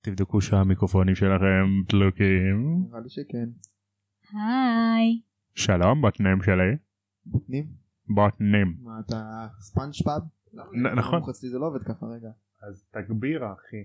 תבדקו שהמיקרופונים שלכם דלוקים. נראה לי שכן. היי. שלום, בוטנים שלי. בוטנים? בוטנים. מה אתה ספאנג' פאב? נכון. אצלי זה לא עובד ככה רגע. אז תגביר אחי.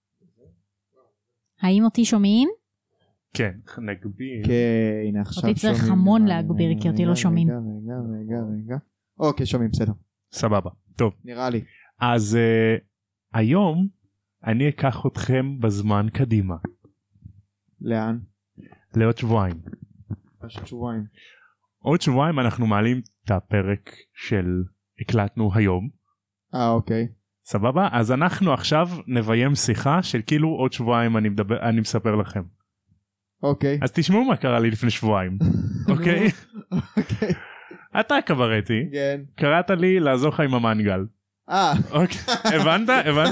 האם אותי שומעים? כן, נגביר. כן, הנה עכשיו אותי שומעים. צריך המון להגביר כי אותי לא שומעים. רגע. אוקיי, שומעים, בסדר. סבבה, טוב. נראה לי. אז היום אני אקח אתכם בזמן קדימה. לאן? לעוד שבועיים. פשוט שבועיים. עוד שבועיים אנחנו מעלים את הפרק של הקלטנו היום. אוקיי. סבבה? אז אנחנו עכשיו נביים שיחה של כאילו עוד שבועיים אני מספר לכם. אוקיי. אז תשמעו מה קרה לי לפני שבועיים. אוקיי? אוקיי. אתה קברטי. כן. קראת לי לעזור לך עם המנגל. אוקיי. הבנת?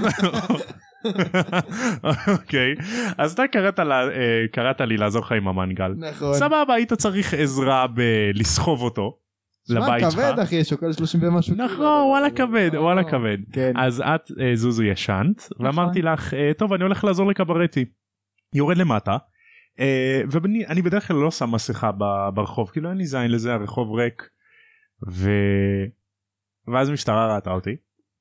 אוקיי. אז אתה קראת לי לעזור לך עם המנגל. נכון. סבבה, היית צריך עזרה בלסחוב אותו לבית שלך. כבד אחי, שוקל 30 ומשהו. נכון, וואלה כבד, וואלה כבד. כן. אז את זוזו ישנת ואמרתי לך טוב אני הולך לעזור לקברטי. יורד למטה ואני בדרך כלל לא שם מסכה ברחוב כאילו אין לי זין לזה, הרחוב ריק ואז משטרה ראתה אותי.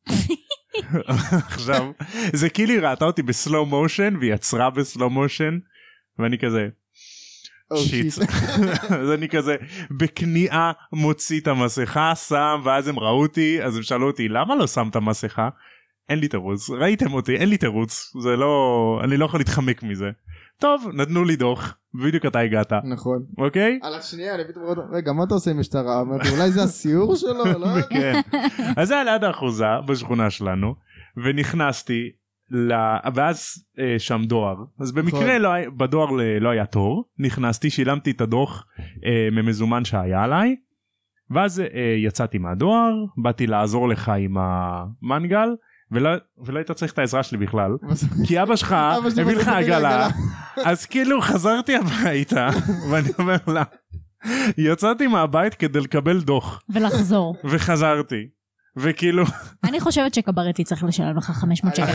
עכשיו זה כאילו היא ראתה אותי בסלו מושן והיא עצרה בסלו מושן ואני כזה שיט. אז אני כזה בכניעה מוציא את המסכה שם ואז הם ראו אותי אז הם שאלו אותי למה לא שמת מסכה. אין לי תירוץ, ראיתם אותי, אין לי תירוץ, זה לא, אני לא יכול להתחמק מזה. טוב, נתנו לי דוח, בדיוק אתה הגעת. נכון. אוקיי? על השנייה, אני פתאום רואה, רגע, מה אתה עושה עם משטרה? אמרתי, אולי זה הסיור שלו, לא? כן. אז זה היה ליד האחוזה בשכונה שלנו, ונכנסתי, ואז שם דואר, אז במקרה בדואר לא היה תור, נכנסתי, שילמתי את הדוח ממזומן שהיה עליי, ואז יצאתי מהדואר, באתי לעזור לך עם המנגל, ולא היית צריך את העזרה שלי בכלל כי אבא שלך הביא לך עגלה אז כאילו חזרתי הביתה ואני אומר לה יצאתי מהבית כדי לקבל דוח ולחזור וחזרתי וכאילו אני חושבת שקברטי צריך לשלם לך 500 שקל.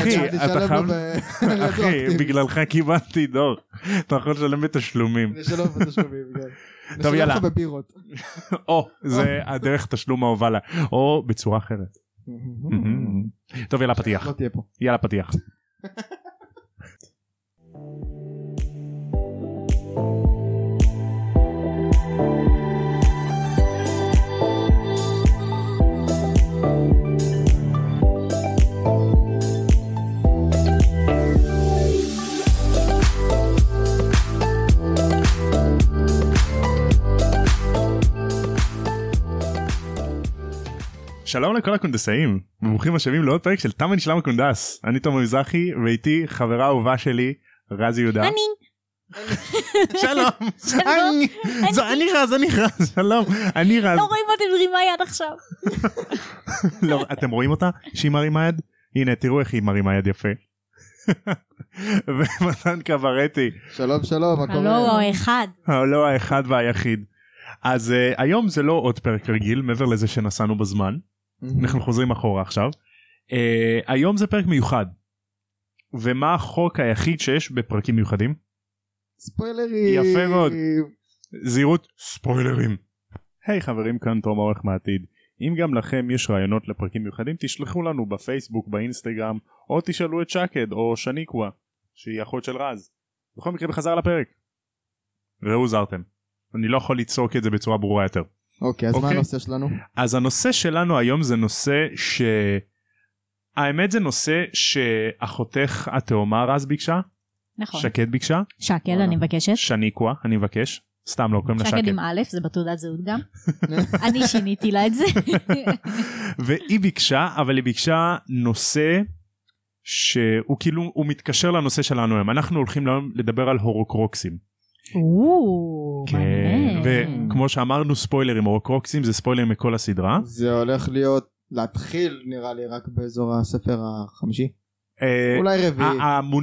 אחי בגללך קיבלתי דוח אתה יכול לשלם בתשלומים. טוב יאללה או זה הדרך תשלום ההובלה או בצורה אחרת. טוב יאללה פתיח. יאללה פתיח. שלום לכל הקונדסאים, וברוכים השבים לעוד פרק של תם ונשלם הקונדס. אני תומר מזרחי, ואיתי חברה אהובה שלי, רז יהודה. אני. שלום. אני רז, שלום. אני רז. לא רואים אותי מרימה יד עכשיו. לא, אתם רואים אותה? שהיא מרימה יד? הנה, תראו איך היא מרימה יד יפה. ומתן קברטי. שלום, מה קורה? הלו האחד. הלו האחד והיחיד. אז היום זה לא עוד פרק רגיל, מעבר לזה שנסענו בזמן. אנחנו חוזרים אחורה עכשיו. היום זה פרק מיוחד. ומה החוק היחיד שיש בפרקים מיוחדים? ספוילרים. יפה מאוד. זהירות ספוילרים. היי חברים, כאן תום העורך מהעתיד. אם גם לכם יש רעיונות לפרקים מיוחדים, תשלחו לנו בפייסבוק, באינסטגרם, או תשאלו את שקד או שניקווה, שהיא אחות של רז. בכל מקרה בחזרה לפרק. ראו זרתם. אני לא יכול לצעוק את זה בצורה ברורה יותר. אוקיי, אז מה הנושא שלנו? אז הנושא שלנו היום זה נושא האמת זה נושא שאחותך התאומה רז ביקשה. נכון. שקד ביקשה. שקד אני מבקשת. שניקווה אני מבקש. סתם לא קוראים לה שקד. שקד עם א' זה בתעודת זהות גם. אני שיניתי לה את זה. והיא ביקשה, אבל היא ביקשה נושא שהוא כאילו הוא מתקשר לנושא שלנו היום. אנחנו הולכים לדבר על הורוקרוקסים. כן, וכמו שאמרנו ספוילרים, הורוקרוקסים זה ספוילרים מכל הסדרה. זה הולך להיות להתחיל נראה לי רק באזור הספר החמישי, אולי רביעי.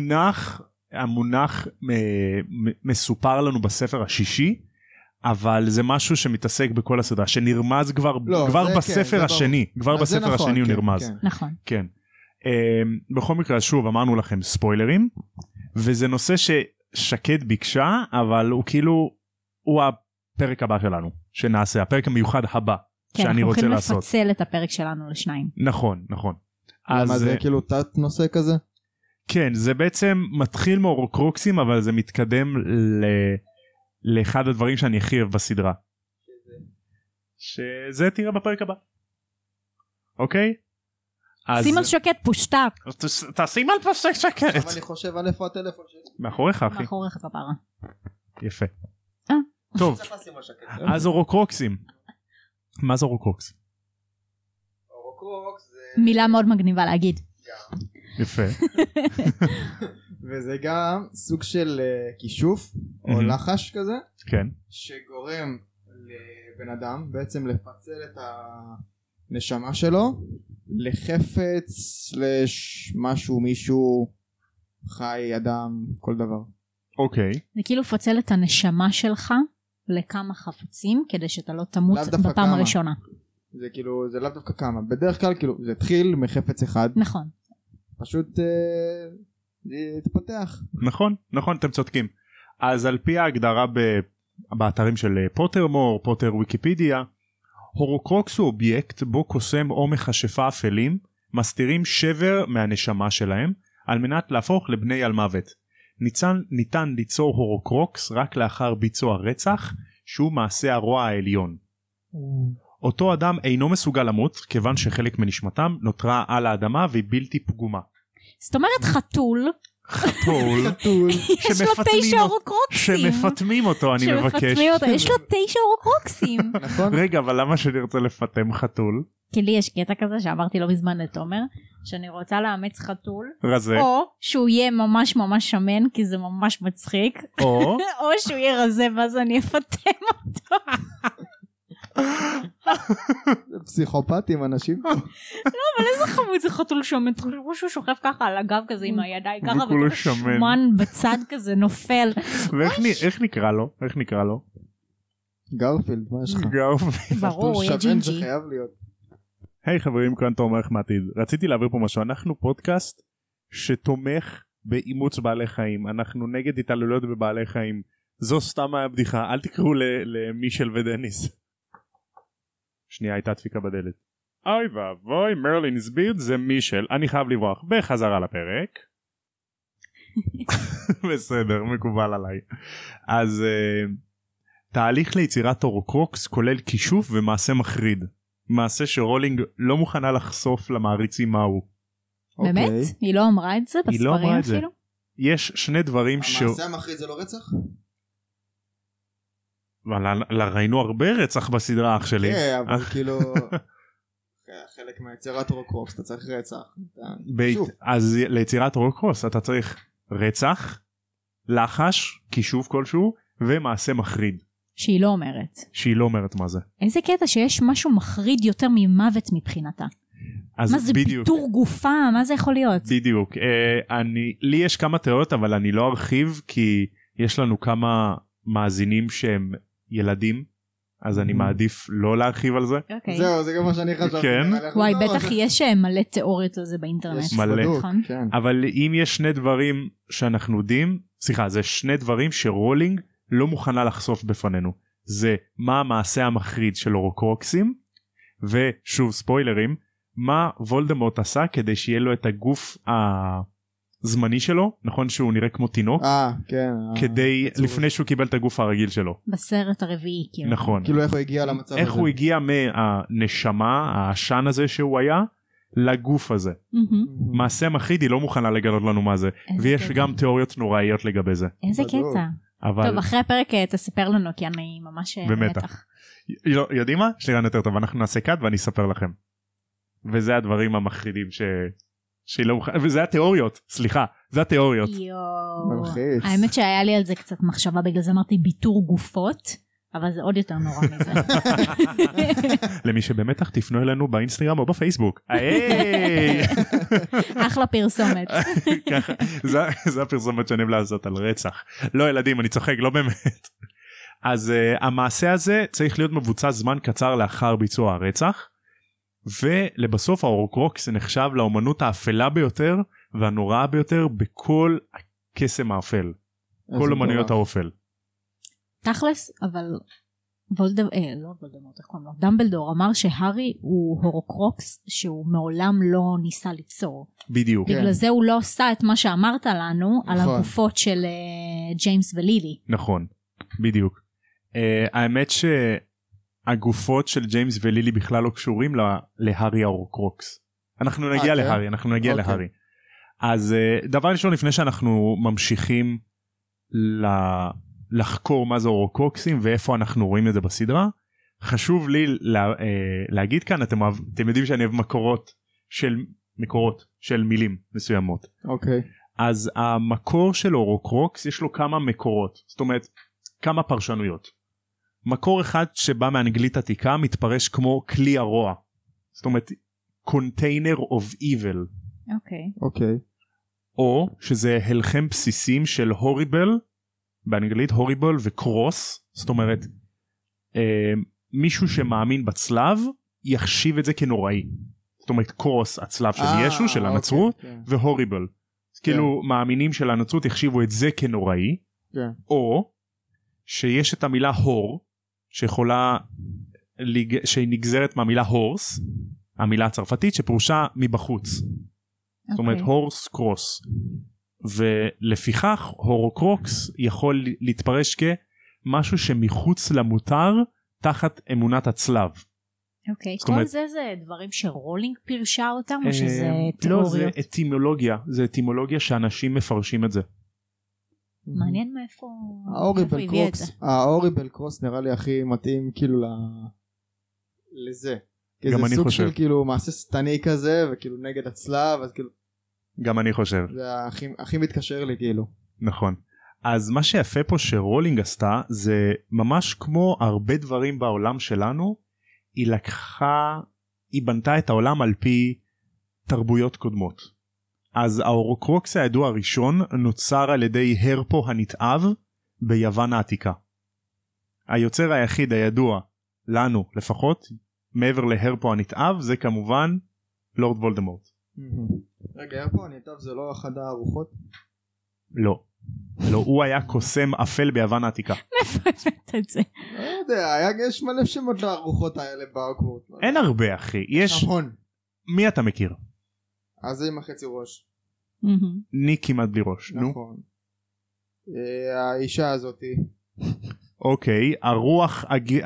המונח מסופר לנו בספר השישי, אבל זה משהו שמתעסק בכל הסדרה, שנרמז כבר בספר השני, כבר בספר השני הוא נרמז. נכון. כן. בכל מקרה שוב אמרנו לכם ספוילרים, וזה נושא ששקד ביקשה, אבל הוא כאילו, הוא הפרק הבא שלנו, שנעשה, הפרק המיוחד הבא, שאני רוצה לעשות. כן, אנחנו הולכים לפצל את הפרק שלנו לשניים. נכון, נכון. למה זה כאילו תת נושא כזה? כן, זה בעצם מתחיל מהורוקרוקסים, אבל זה מתקדם לאחד הדברים שאני הכי אוהב בסדרה. שזה תראה בפרק הבא. אוקיי? שים על שקט פושטק. תשים על פושטק שקט. אבל אני חושב על איפה הטלפון שלי. מאחוריך אחי. מאחוריך כפרה. יפה. טוב, אז הורוקרוקסים. מה זה הורוקרוקס? הורוקרוקס זה... מילה מאוד מגניבה להגיד. יפה. וזה גם סוג של כישוף או לחש כזה. כן. שגורם לבן אדם בעצם לפצל את הנשמה שלו לחפץ משהו, מישהו, חי, אדם, כל דבר. אוקיי. זה כאילו לפצל את הנשמה שלך לכמה חפצים כדי שאתה לא תמות בפעם הראשונה. זה כאילו, זה לאו דווקא כמה. בדרך כלל כאילו זה התחיל מחפץ אחד. נכון. פשוט התפתח. נכון, נכון, אתם צודקים. אז על פי ההגדרה באתרים של פוטרמור, פוטר ויקיפדיה, הורוקרוקס הוא אובייקט בו קוסם או מכשפה אפלים מסתירים שבר מהנשמה שלהם על מנת להפוך לבני על מוות. ניתן ליצור הורוקרוקס רק לאחר ביצוע רצח שהוא מעשה הרוע העליון. אותו אדם אינו מסוגל למות כיוון שחלק מנשמתם נותרה על האדמה והיא בלתי פגומה. זאת אומרת חתול יש לו 9 הורוקרוקסים שמפתמים אותו, אני מבקש. יש לו 9 הורוקרוקסים. רגע, אבל למה שנרצה לפתם חתול? כי לי יש קטע כזה שאמרתי לא מזמן לתומר, שאני רוצה לאמץ חתול, רזה, או שהוא יהיה ממש ממש שמן כי זה ממש מצחיק, או שהוא יהיה רזה ואז אני אפתם אותו. פסיכופטים אנשים. לא, אבל איזה חמוד זה חתול שמן, תחשבו שהוא שוכב ככה על הגב כזה עם הידיים ככה וכולו שמן שומן בצד כזה נופל. ואיך נקרא לו? איך נקרא לו? גרפילד, מה יש לך? גרפילד. ברור, יהיה שמן זה ג'ינג'י. חייב להיות. היי חברים, כאן תומר מעתיד. רציתי להעביר פה משהו. אנחנו פודקאסט שתומך באימוץ בעלי חיים. אנחנו נגד התעללויות בבעלי חיים. זו סתם הבדיחה, אל תקראו למישל ודניס. שנייה, הייתה דפיקה בדלת. אוי ואבוי, מרלין הסביר, זה מישל, אני חייב לברוח. בחזרה לפרק. בסדר, מקובל עליי. אז תהליך ליצירת הורוקרוקס כולל כישוף ומעשה מחריד. מעשה שרולינג לא מוכנה לחשוף למעריצים מהו. באמת? היא לא אמרה את זה בספרים אפילו? יש שני דברים המעשה המחריד זה לא רצח? ראינו הרבה רצח בסדרה אח שלי. כן, אבל כאילו חלק מהיצירת הורוקרוקס אתה צריך רצח. אז ליצירת הורוקרוקס אתה צריך רצח, לחש, כישוף כלשהו ומעשה מחריד. שהיא לא אומרת. שהיא לא אומרת מה זה. איזה קטע שיש משהו מחריד יותר ממוות מבחינתה. מה זה ביטור גופה? מה זה יכול להיות? בדיוק. לי יש כמה תיאוריות אבל אני לא ארחיב כי יש לנו כמה מאזינים שהם ילדים אז אני מעדיף לא להרחיב על זה. זהו, זה גם מה שאני חשבתי. וואי, בטח יש מלא תיאוריות על זה באינטרנט. מלא. אבל אם יש שני דברים שאנחנו יודעים, סליחה, זה שני דברים שרולינג לא מוכנה לחשוף בפנינו. זה מה המעשה המחריד של הורוקרוקסים, ושוב ספוילרים, מה וולדמורט עשה כדי שיהיה לו את הגוף הזמני שלו, נכון שהוא נראה כמו תינוק, כן, כדי לפני שהוא קיבל את הגוף הרגיל שלו. בסרט הרביעי כאילו. נכון. כאילו איך הוא הגיע למצב הזה. איך הוא הגיע מהנשמה, העשן הזה שהוא היה, לגוף הזה. מעשה מחריד היא לא מוכנה לגלות לנו מה זה, ויש גם תיאוריות נוראיות לגבי זה. איזה קטע. טוב, אחרי הפרק תספר לנו כי אני ממש במתח. יודעים מה? יש לי רעיון יותר טוב, אנחנו נעשה קאט ואני אספר לכם. וזה הדברים המחרידים שהיא לא מוכנה, וזה התיאוריות, סליחה, זה התיאוריות. האמת שהיה לי על זה קצת מחשבה, בגלל זה אמרתי ביטור גופות, אבל זה עוד יותר נורא מזה. למי שבאמת תפנו אלינו באינסטגרם או בפייסבוק. אחלה פרסומת. זה הפרסומת שאני אוהב לעשות על רצח. לא ילדים, אני צוחק, לא באמת. אז המעשה הזה צריך להיות מבוצע זמן קצר לאחר ביצוע הרצח, ולבסוף ההורוקרוקס נחשב לאומנות האפלה ביותר והנוראה ביותר בכל קסם האפל. כל אומנויות האופל. תכלס, אבל לא וולדמורט, איך קוראים לו? דמבלדור אמר שהארי הוא הורוקרוקס שהוא מעולם לא ניסה ליצור. בדיוק. בגלל זה הוא לא עושה את מה שאמרת לנו על הגופות של ג'יימס ולילי. נכון, בדיוק. האמת שהגופות של ג'יימס ולילי בכלל לא קשורים להארי ההורוקרוקס. אנחנו נגיע להארי, אז דבר ראשון, לפני שאנחנו ממשיכים לחקור מה זה הורוקרוקסים ואיפה אנחנו רואים את זה בסדרה, חשוב לי להגיד כאן, אתם יודעים שאני אוהב מקורות של מילים מסוימות. אוקיי. אז המקור של הורוקרוקס יש לו כמה מקורות, זאת אומרת כמה פרשנויות. מקור אחד שבא מאנגלית עתיקה מתפרש כמו כלי הרוע, זאת אומרת container of evil. אוקיי. או שזה הלחם בסיסים של הוריבל, באנגלית הוריבל וקרוס, זאת אומרת מישהו שמאמין בצלב יחשיב את זה כנוראי. זאת אומרת קרוס, הצלב של ישו, של הנצרות, והוריבל. כאילו מאמינים של הנצרות יחשיבו את זה כנוראי, או שיש את המילה הור, שהיא נגזרת מהמילה הורס, המילה הצרפתית שפרושה מבחוץ. זאת אומרת הורס קרוס. ולפיכך הורוקרוקס יכול להתפרש כמשהו שמחוץ למותר תחת אמונת הצלב. אוקיי, כל זה דברים שרולינג פירשה אותם או שזה תיאוריות? לא, זה אטימולוגיה, זה אטימולוגיה שאנשים מפרשים את זה. מעניין מאיפה הביא את זה. ההוריבל קרוס נראה לי הכי מתאים כאילו לזה. גם אני סוג חושב. של כאילו מעשה סתני כזה וכאילו נגד הצלב, אז כאילו גם אני חושב. זה הכי מתקשר לי כאילו. נכון. אז מה שיפה פה שרולינג עשתה זה ממש כמו הרבה דברים בעולם שלנו, היא בנתה את העולם על פי תרבויות קודמות. אז ההורוקרוקס הידוע הראשון נוצר על ידי הרפו הנתעב ביוון העתיקה. היוצר היחיד הידוע לנו לפחות, מעבר להרפו הנתעב, זה כמובן לורד וולדמורט. רגע, הרפו הנתעב זה לא אחד הארוחות? לא. לא, הוא היה קוסם אפל ביוון העתיקה. מאיפה הבאת את זה? לא יודע, יש מלא שמות לארוחות האלה בהוגוורטס. אין הרבה אחי, יש... המון. מי אתה מכיר? אז זה עם החצי ראש. אני כמעט בלי ראש, נו. נכון. האישה הזאתי. אוקיי, הרוח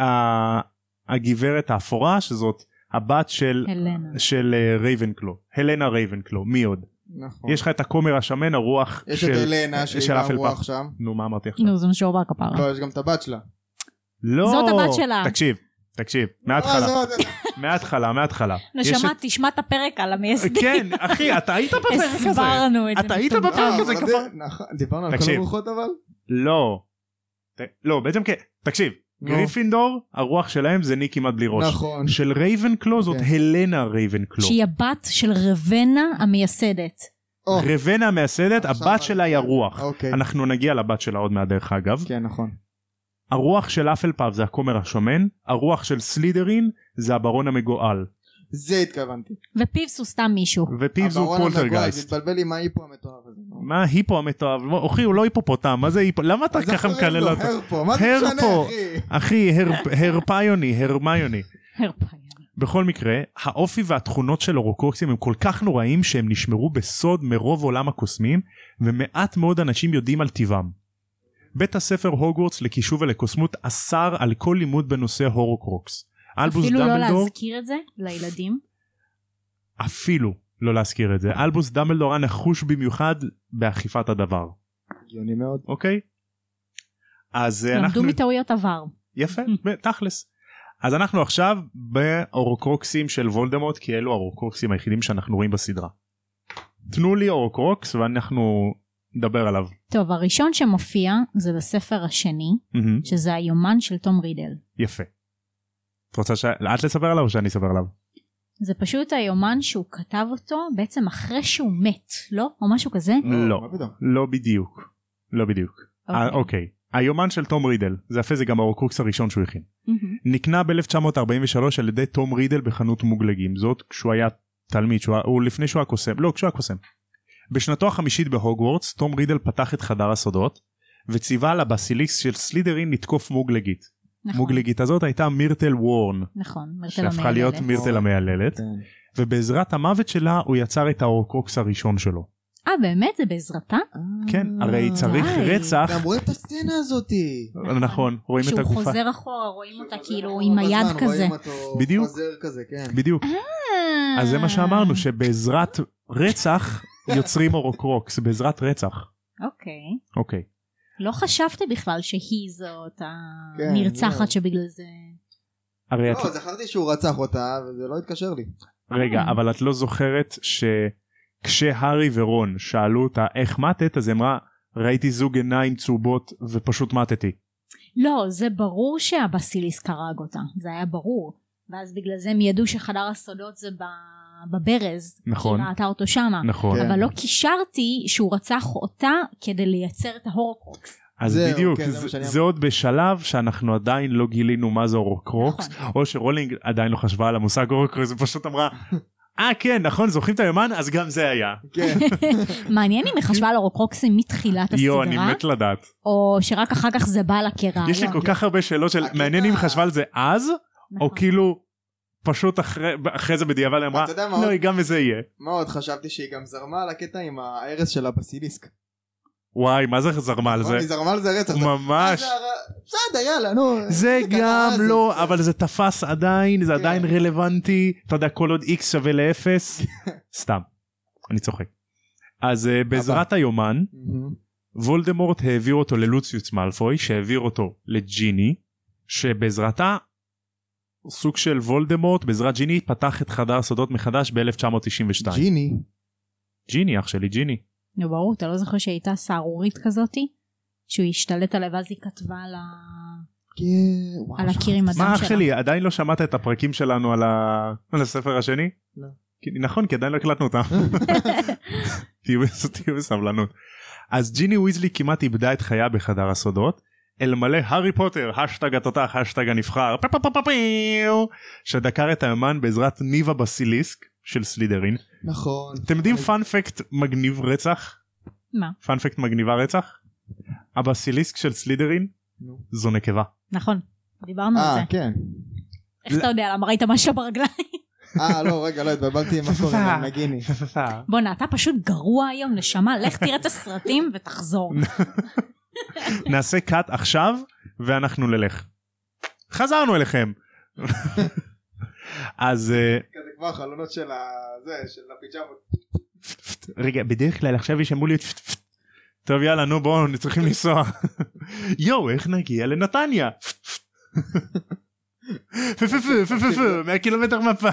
הגברת האפורה שזאת הבת של רייבנקלו, הלנה רייבנקלו, מי עוד? נכון. יש לך את הכומר השמן, הרוח יש את הלנה שהיא הרוח שם. נו, מה אמרתי עכשיו? נו, זה משורבה כפרה. לא, יש גם את הבת שלה. לא, זאת הבת שלה. תקשיב, מההתחלה. נשמה, תשמע את הפרק על המייסדים. כן, אחי, אתה היית בפרק הזה. הסברנו את זה. אתה היית בפרק הזה כבר. דיברנו על כל הרוחות אבל? לא, בעצם כן, תקשיב. גריפינדור, הרוח שלהם זה אני כמעט בלי ראש. נכון. של רייבנקלו זאת הלנה רייבנקלו. שהיא הבת של רבנה המייסדת. רבנה המייסדת, הבת שלה היא הרוח. אנחנו נגיע לבת שלה עוד מהדרך אגב. כן, נכון. הרוח של אפלפאף זה הכומר השמן, הרוח של סלידרין זה הברון המגועל. זה התכוונתי. ופיבס הוא סתם מישהו. ופיבס הוא פולטרגייסט. התבלבל לי מה היפו המתואב הזה. מה היפו המתואב? אחי הוא לא היפופוטם, מה זה היפו? למה אתה ככה מקלל אותו? הרפו, מה זה משנה אחי? הרמיוני. הרפיוני. בכל מקרה, האופי והתכונות של הורוקרוקסים הם כל כך נוראים שהם נשמרו בסוד מרוב עולם הקוסמים, ומעט מאוד אנשים יודעים על טיבם. בית הספר הוגוורטס לכישוב ולקוסמות אסר על כל לימוד בנושא הורוקרוקס. אפילו לא להזכיר את זה לילדים? אפילו לא להזכיר את זה. אלבוס דמבלדור היה נחוש במיוחד באכיפת הדבר. הגיוני מאוד. אוקיי? אז למדו מטעויות עבר. יפה, תכלס. אז אנחנו עכשיו בהורוקרוקסים של וולדמורט, כי אלו ההורוקרוקסים היחידים שאנחנו רואים בסדרה. תנו לי הורוקרוקס ואנחנו נדבר עליו. טוב, הראשון שמופיע זה בספר השני, שזה היומן של תום רידל. יפה. את רוצה שאת לספר עליו או שאני אספר עליו? זה פשוט היומן שהוא כתב אותו בעצם אחרי שהוא מת, לא? או משהו כזה? לא בדיוק. לא בדיוק. אוקיי. היומן של תום רידל, זה יפה, זה גם ההורוקרוקס הראשון שהוא הכין. נקנה ב-1943 על ידי תום רידל בחנות מוגלגים, זאת כשהוא היה תלמיד, הוא לפני שהוא היה קוסם, לא, כשהוא היה קוסם. בשנתו החמישית בהוגוורטס, תום רידל פתח את חדר הסודות, וציווה לבסיליסק של סלידרין לתקוף מוגלגית. נכון. מוגלגית הזאת הייתה מירטל וורן. נכון, מירטל שהפכה להיות מירטל המהללת. ובעזרת המוות שלה הוא יצר את האורקרוקס הראשון שלו. באמת? זה בעזרתה? כן, הרי צריך רצח. גם רואים את הסצנה הזאת. נכון, רואים את הגופה. שהוא חוזר אחורה, רואים אותה כאילו עם היד כזה. בדיוק. בדיוק. אז זה מה שאמרנו, שבעזרת רצח יוצרים אורקרוקס, בעזרת רצח. אוקיי. לא חשבתי בכלל שהיא זאת הנרצחת שבגלל זה... לא, זכרתי שהוא רצח אותה וזה לא התקשר לי. רגע, אבל את לא זוכרת כשהארי ורון שאלו אותה איך מתת, אז היא אמרה, ראיתי זוג עיניים צהובות ופשוט מתתי. לא, זה ברור שהבסיליסק הרג אותה, זה היה ברור. ואז בגלל זה הם ידעו שחדר הסודות זה בברז. נכון. כי ראתה אותו שמה. נכון. אבל לא קישרתי שהוא רצח אותה כדי לייצר את ההורוקרוקס. אז בדיוק, זה עוד בשלב שאנחנו עדיין לא גילינו מה זה אורקרוקס, או שרולינג עדיין לא חשבה על המושג אורקרוקס, היא פשוט אמרה, כן, נכון, זוכרים את היומן? אז גם זה היה. מעניין אם היא חשבה על אורקרוקסים מתחילת הסדרה, אני מת לדעת. או שרק אחר כך זה בא לקרע. יש לי כל כך הרבה שאלות של מעניין אם היא חשבה על זה אז, או כאילו פשוט אחרי זה בדיעבד היא אמרה, לא, גם זה יהיה. מה עוד חשבתי שהיא גם זרמה על הקטע עם הארס של הבסיליסק. וואי, מה זה זרמה על זה? היא זרמה על זה רצח. ממש. בסדר, יאללה, נו. זה גם לא, אבל זה תפס עדיין, זה עדיין רלוונטי. אתה יודע, כל עוד X שווה ל-0. סתם, אני צוחק. אז בעזרת היומן, וולדמורט העביר אותו ללוציוס מאלפוי, שהעביר אותו לג'יני, שבעזרתה, סוג של וולדמורט, בעזרת ג'יני, פתח את חדר הסודות מחדש ב-1992. ג'יני, אח שלי, ג'יני. נו ברור, אתה לא זוכר שהייתה סערורית כזאתי? שהוא השתלט עליה ואז היא כתבה על הקיר עם הדם שלה. מה אח שלי, עדיין לא שמעת את הפרקים שלנו על הספר השני? לא. נכון, כי עדיין לא הקלטנו אותם. תהיו בסבלנות. אז ג'יני ויזלי כמעט איבדה את חייה בחדר הסודות, אלמלא הארי פוטר, השטג התותח, השטג הנבחר, שדקר את היומן בעזרת ניב הבסיליסק של סלידרין. נכון. אתם יודעים פאנפקט מגניב רצח? מה? פאנפקט מגניבה רצח? הבסיליסק של סלידרין זו נקבה. נכון, דיברנו על זה. כן. איך אתה יודע, למה ראית משהו ברגליים? לא, רגע, לא התבלבלתי עם מקור עם מגיני. בוא'נה, אתה פשוט גרוע היום, נשמה, לך תראה את הסרטים ותחזור. נעשה קאט עכשיו ואנחנו נלך. חזרנו אליכם. אז כזה כבר חלונות של הפיג'מות. רגע, בדרך כלל עכשיו יש אמרו לי טוב יאללה נו בואו צריכים לנסוע. יואו איך נגיע לנתניה? 100 קילומטר מפה.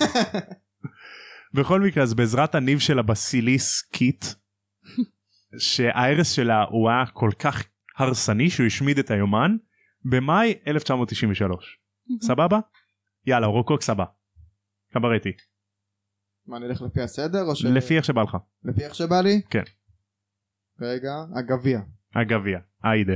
בכל מקרה אז בעזרת הניב של הבסיליסקית שהארס שלה הוא היה כל כך הרסני שהוא השמיד את היומן במאי 1993. סבבה? יאללה אורקרוקס הבא. קברטי. מה נלך לפי הסדר או ש... לפי איך שבא לך. לפי איך שבא לי? כן. רגע, הגביע. היידה.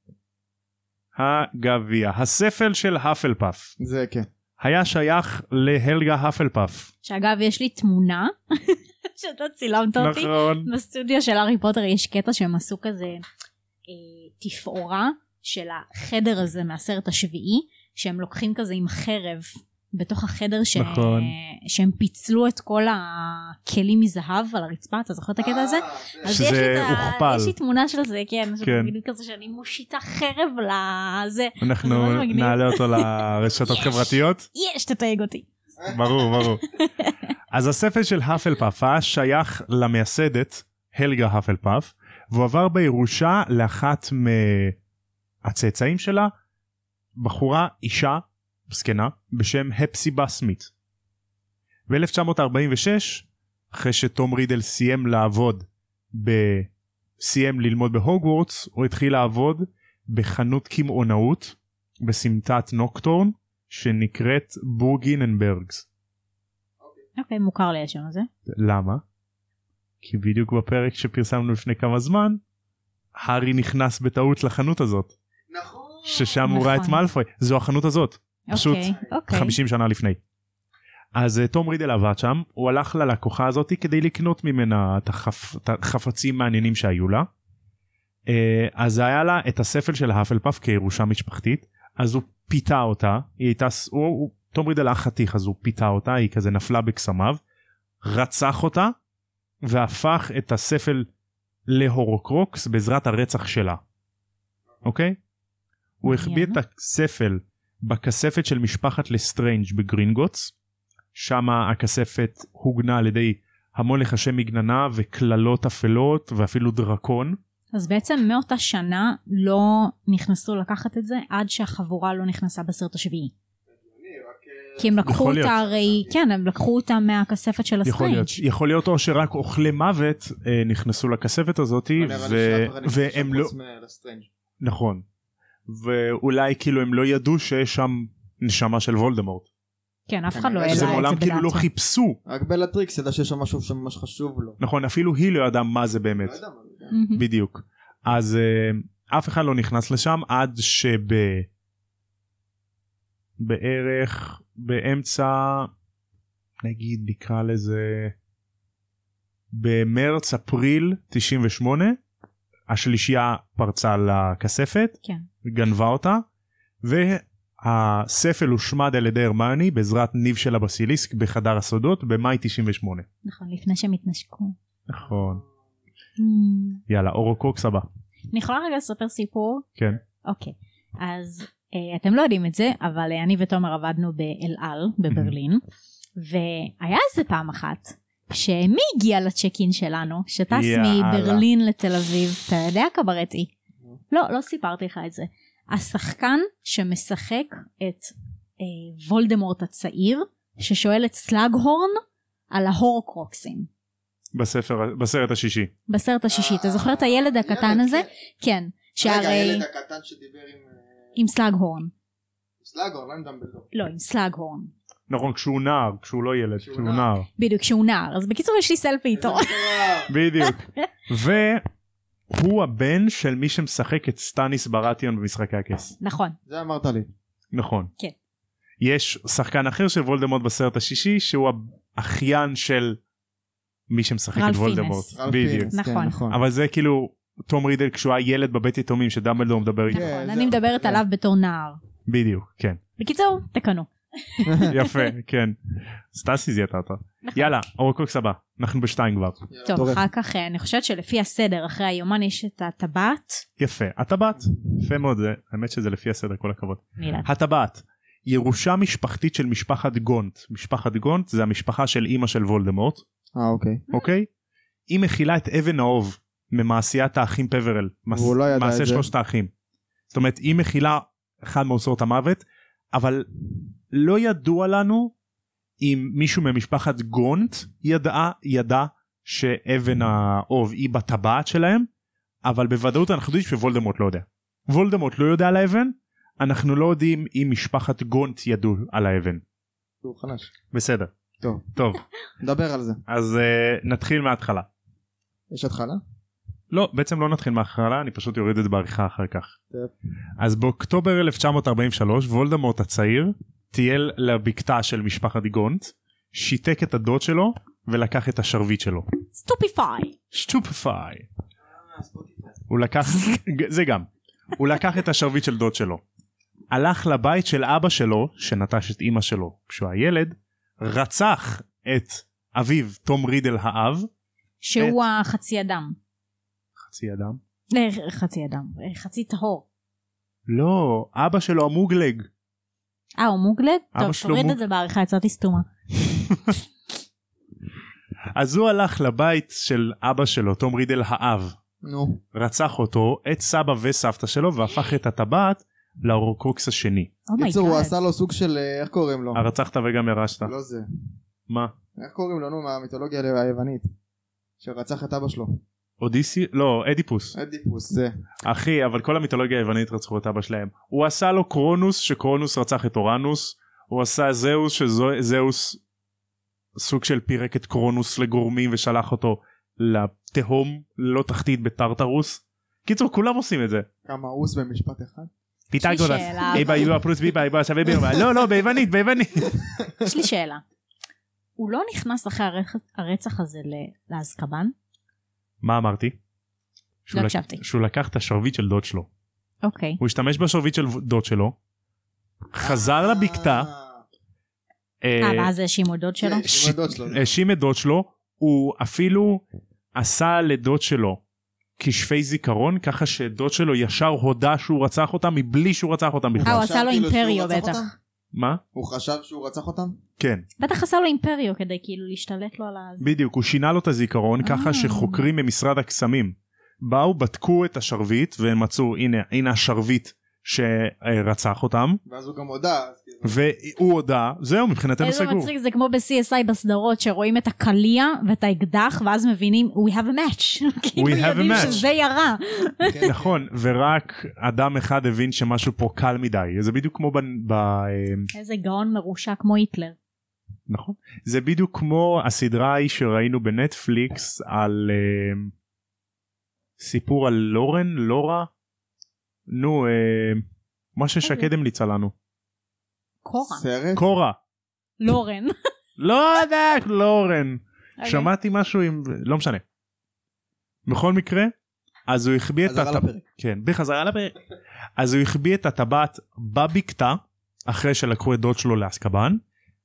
הגביע. הספל של האפלפאף. זה כן. היה שייך להלגה האפלפאף. שאגב יש לי תמונה שאתה צילמת אותי. נכון. בסטודיו של הארי פוטר יש קטע שהם עשו כזה תפאורה של החדר הזה מהסרט השביעי, שהם לוקחים כזה עם חרב בתוך החדר נכון. שהם פיצלו את כל הכלים מזהב על הרצפה, אתה זוכר את הקטע הזה? שזה הוכפל. יש לי תמונה של זה, כן. כן. כזה שאני מושיטה חרב לזה. אנחנו נעלה אותו לרשתות חברתיות. יש, תתייג אותי. ברור. אז הספל של האפלפאף היה שייך למייסדת הלגה האפלפאף, והוא עבר בירושה לאחת מהצאצאים שלה, בחורה אישה זקנה בשם הפסיבה סמית. ב-1946 אחרי שתום רידל סיים ללמוד בהוגוורטס, הוא התחיל לעבוד בחנות קמעונאות בסמטת נוקטורן שנקראת בורגיננברגס. אוקיי, מוכר לי השם הזה. למה? כי בדיוק בפרק שפרסמנו לפני כמה זמן הארי נכנס בטעות לחנות הזאת. נכון. ששם הוא ראה את מאלפוי. זו החנות הזאת. פשוט 50 שנה לפני. אז תום רידל עבד שם, הוא הלך ללקוחה הזאת כדי לקנות ממנה את החפצים מעניינים שהיו לה. אז היה לה את הספל של האפלפאף כירושה משפחתית, אז הוא פיתה אותה, היא הייתה, תום רידל היה חתיך, אז הוא פיתה אותה, היא כזה נפלה בקסמיו, רצח אותה, והפך את הספל להורוקרוקס בעזרת הרצח שלה. אוקיי? הוא החביא את הספל בכספת של משפחת לסטרנג' בגרינגוטס, שם הכספת הוגנה על ידי המון לחשי מגננה וכללות אפלות ואפילו דרקון. אז בעצם מאותה שנה לא נכנסו לקחת את זה עד שהחבורה לא נכנסה בסרט השביעי. כי הם לקחו אותה הרי, כן, הם לקחו אותה מהכספת של הסטרנג'. יכול להיות או שרק אוכלי מוות נכנסו לכספת הזאת והם לא... נכון. ואולי כאילו הם לא ידעו שיש שם נשמה של וולדמורט. כן, אף אחד לא ידע את זה זה מעולם כאילו לא חיפשו. רק בלטריקס ידע שיש שם משהו שממש חשוב לו. נכון, אפילו היא לא ידעה מה זה באמת. בדיוק. אז אף אחד לא נכנס לשם עד בערך באמצע, נגיד נקרא לזה במרץ אפריל 98, השלישייה פרצה לכספת, כן. גנבה אותה, והספל הושמד על ידי הרמיוני בעזרת ניב של הבסיליסק בחדר הסודות במאי 98. נכון, לפני שהם התנשקו. נכון. יאללה, אורוקרוקס הבא. אני יכולה רגע לספר סיפור? כן. אוקיי, אז אתם לא יודעים את זה, אבל אני ותומר עבדנו באל על בברלין, והיה איזה פעם אחת, שמי הגיע לצ'קין שלנו, שטס מברלין לתל אביב, אתה יודע קברטי? לא סיפרתי לך את זה. השחקן שמשחק את וולדמורט הצעיר, ששואל את סלאגהורן על ההורוקרוקסים. בסרט השישי. בסרט השישי, אתה זוכר את הילד הקטן הזה? כן. רגע, הילד הקטן שדיבר עם סלאגהורן. סלאגהורן, לא עם דמבלדור. לא, עם סלאגהורן. נכון, כשהוא נער, כשהוא לא ילד, כשהוא נער. בדיוק, כשהוא נער. אז בקיצור יש לי סלפי איתו. בדיוק. והוא הבן של מי שמשחק את סטניס ברטיון במשחקי הכס. נכון. זה אמרת לי. נכון. כן. יש שחקן אחר של וולדמורט בסרט השישי, שהוא האחיין של מי שמשחק את וולדמורט. בדיוק. נכון. אבל זה כאילו תום רידל כשהוא היה ילד בבית יתומים שדמבלדור מדבר איתו. נכון, אני מדברת עליו בתור נער. בדיוק, כן. בקיצור, תקנו. יפה, כן. סטאסי זיהתה אותה. יאללה, אורוקרוקס הבא. אנחנו בשתיים כבר. טוב, אחר כך אני חושבת שלפי הסדר, אחרי היומן יש את הטבעת. יפה, הטבעת. יפה מאוד, האמת שזה לפי הסדר, כל הכבוד. הטבעת. ירושה משפחתית של משפחת גונט. משפחת גונט זה המשפחה של אמא של וולדמורט. אוקיי. אוקיי? היא מכילה את אבן האוב ממעשיית האחים פברל. והוא לא ידע את זה. מעשה שלושת האחים. זאת אומרת, היא מכילה אחד מאוצרות המוות, אבל לא ידוע לנו אם מישהו ממשפחת גונט ידע שאבן האוב היא בטבעת שלהם, אבל בוודאות אנחנו יודעים שוולדמורט לא יודע. וולדמורט לא יודע על האבן, אנחנו לא יודעים אם משפחת גונט ידעו על האבן. הוא חלש. בסדר. טוב. נדבר על זה. אז נתחיל מההתחלה. יש התחלה? לא, בעצם לא נתחיל מההתחלה, אני פשוט יוריד את זה בעריכה אחר כך. אז באוקטובר 1943, וולדמורט הצעיר טייל לבקתה של משפחת גונט, שיתק את הדוד שלו ולקח את השרביט שלו. סטופיפיי. הוא לקח, זה גם, הוא לקח את השרביט של דוד שלו. הלך לבית של אבא שלו, שנטש את אמא שלו כשהוא הילד, רצח את אביו, תום רידל האב. שהוא החצי אדם. חצי אדם? חצי אדם, חצי טהור. לא, אבא שלו המוגלג. הוא מוגלג? טוב, תוריד את זה בעריכה, יצרתי סתומה. אז הוא הלך לבית של אבא שלו, תום רידל האב. רצח אותו, את סבא וסבתא שלו, והפך את הטבעת לאורוקרוקס השני. קיצור, הוא עשה לו סוג של, איך קוראים לו? הרצחת וגם ירשת. לא זה. מה? איך קוראים לו, מהמיתולוגיה היוונית? שרצח את אבא שלו. אודיסי? לא, אדיפוס. אדיפוס, זה. אחי, אבל כל המיתולוגיה היוונית רצחו את אבא שלהם. הוא עשה לו קרונוס, שקרונוס רצח את אורנוס. הוא עשה זהוס, שזהוס סוג של פירק את קרונוס לגורמים ושלח אותו לתהום לא תחתית בטרטרוס. קיצור, כולם עושים את זה. כמה אוס במשפט אחד? פיתגורס. איבה איבה פלוס ביבה איבה שווה ביבה. לא, ביוונית. יש לי שאלה. הוא לא נכנס אחרי הרצח הזה לאזקבאן? מה אמרתי? לא הקשבתי. שהוא לקח את השרביט של דוד שלו. אוקיי. הוא השתמש בשרביט של דוד שלו, חזר לבקתה, ואז האשימו את דוד שלו? האשים את דוד שלו, הוא אפילו עשה לדוד שלו כשפי זיכרון, ככה שדוד שלו ישר הודה שהוא רצח אותם, מבלי שהוא רצח אותם בכלל. הוא עשה לו אימפריו בטח. מה? הוא חשב שהוא רצח אותם? כן. בטח עשה לו אימפריו כדי כאילו להשתלט לו על זה. בדיוק, הוא שינה לו את הזיכרון, ככה שחוקרים ממשרד הקסמים באו, בדקו את השרביט, והם מצאו, הנה השרביט שרצח אותם. ואז הוא גם הודה. והוא הודה, זהו, מבחינתנו סגור. איזה מצחיק, זה כמו ב-CSI בסדרות, שרואים את הקליה ואת האקדח, ואז מבינים, we have a match. כאילו יודעים שזה ירה. נכון, ורק אדם אחד הבין שמשהו פה קל מדי. זה בדיוק כמו איזה גאון מרושע כמו היטלר. נכון. זה בדיוק כמו הסדרה ההיא שראינו בנטפליקס, על סיפור על לורה? נו, מה ששקד המליצה לנו. קורה. סרט? קורה. לורן. לא יודע, לורן. שמעתי משהו עם... לא משנה. בכל מקרה, אז הוא החביא את... כן, בחזרה לפרק. אז הוא החביא את הטבעת בבקתה, אחרי שלקחו את דוד שלו לאזקבאן,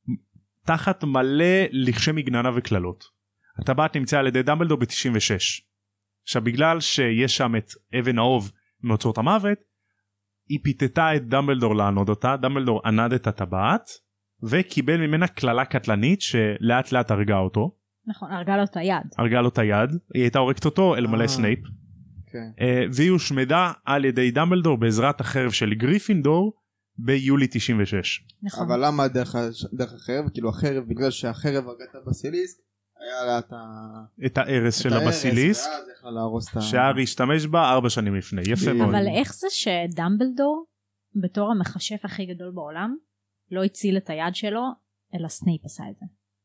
תחת מלא לחשי מגננה וכללות. הטבעת נמצאה על ידי דמבלדור ב-96. עכשיו, בגלל שיש שם את אבן האוב מאוצרות המוות, היא פיתתה את דמבלדור לענוד אותה, דמבלדור ענד את הטבעת, וקיבל ממנה כללה קטלנית שלאט לאט הרגה אותו. נכון, הרגה לו את היד. הרגה לו את היד, היא הייתה הורגת אותו אל מלא סנייפ. והיא הושמדה על ידי דמבלדור בעזרת החרב של גריפינדור ביולי 96. נכון. אבל למה דרך החרב? כאילו החרב, בגלל שהחרב הרגה את הבסיליסק, היה לה את הארס של הבסיליסק, שהארי השתמש בה 4 שנים לפני. יפה מאוד. אבל איך זה שדמבלדור, בתור המחשף הכי גדול בעולם, לא הציל את היד שלו, אלא סנייפ עשה את זה?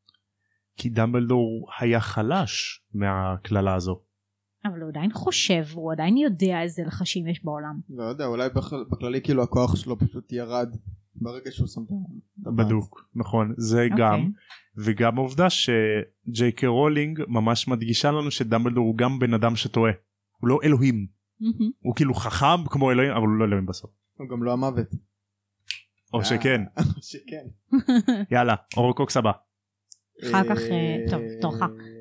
כי דמבלדור היה חלש מהכללה הזו. אבל הוא עדיין חושב, הוא עדיין יודע איזה לחשים יש בעולם. לא יודע, אולי בכללי כאילו הכוח שלו פשוט ירד ברגע שהוא שם את הבא. בדוק, נכון, זה גם. וגם עובדה שג'יי קיי רולינג ממש מדגישה לנו שדמבלדור הוא גם בן אדם שטועה. הוא לא אלוהים. הוא כאילו חכם כמו אלוהים, אבל הוא לא אלוהים בסוף. הוא גם לא המוות. או שכן. שכן. יאללה, אורקוקס הבא. אחר כך, טוב, תורך.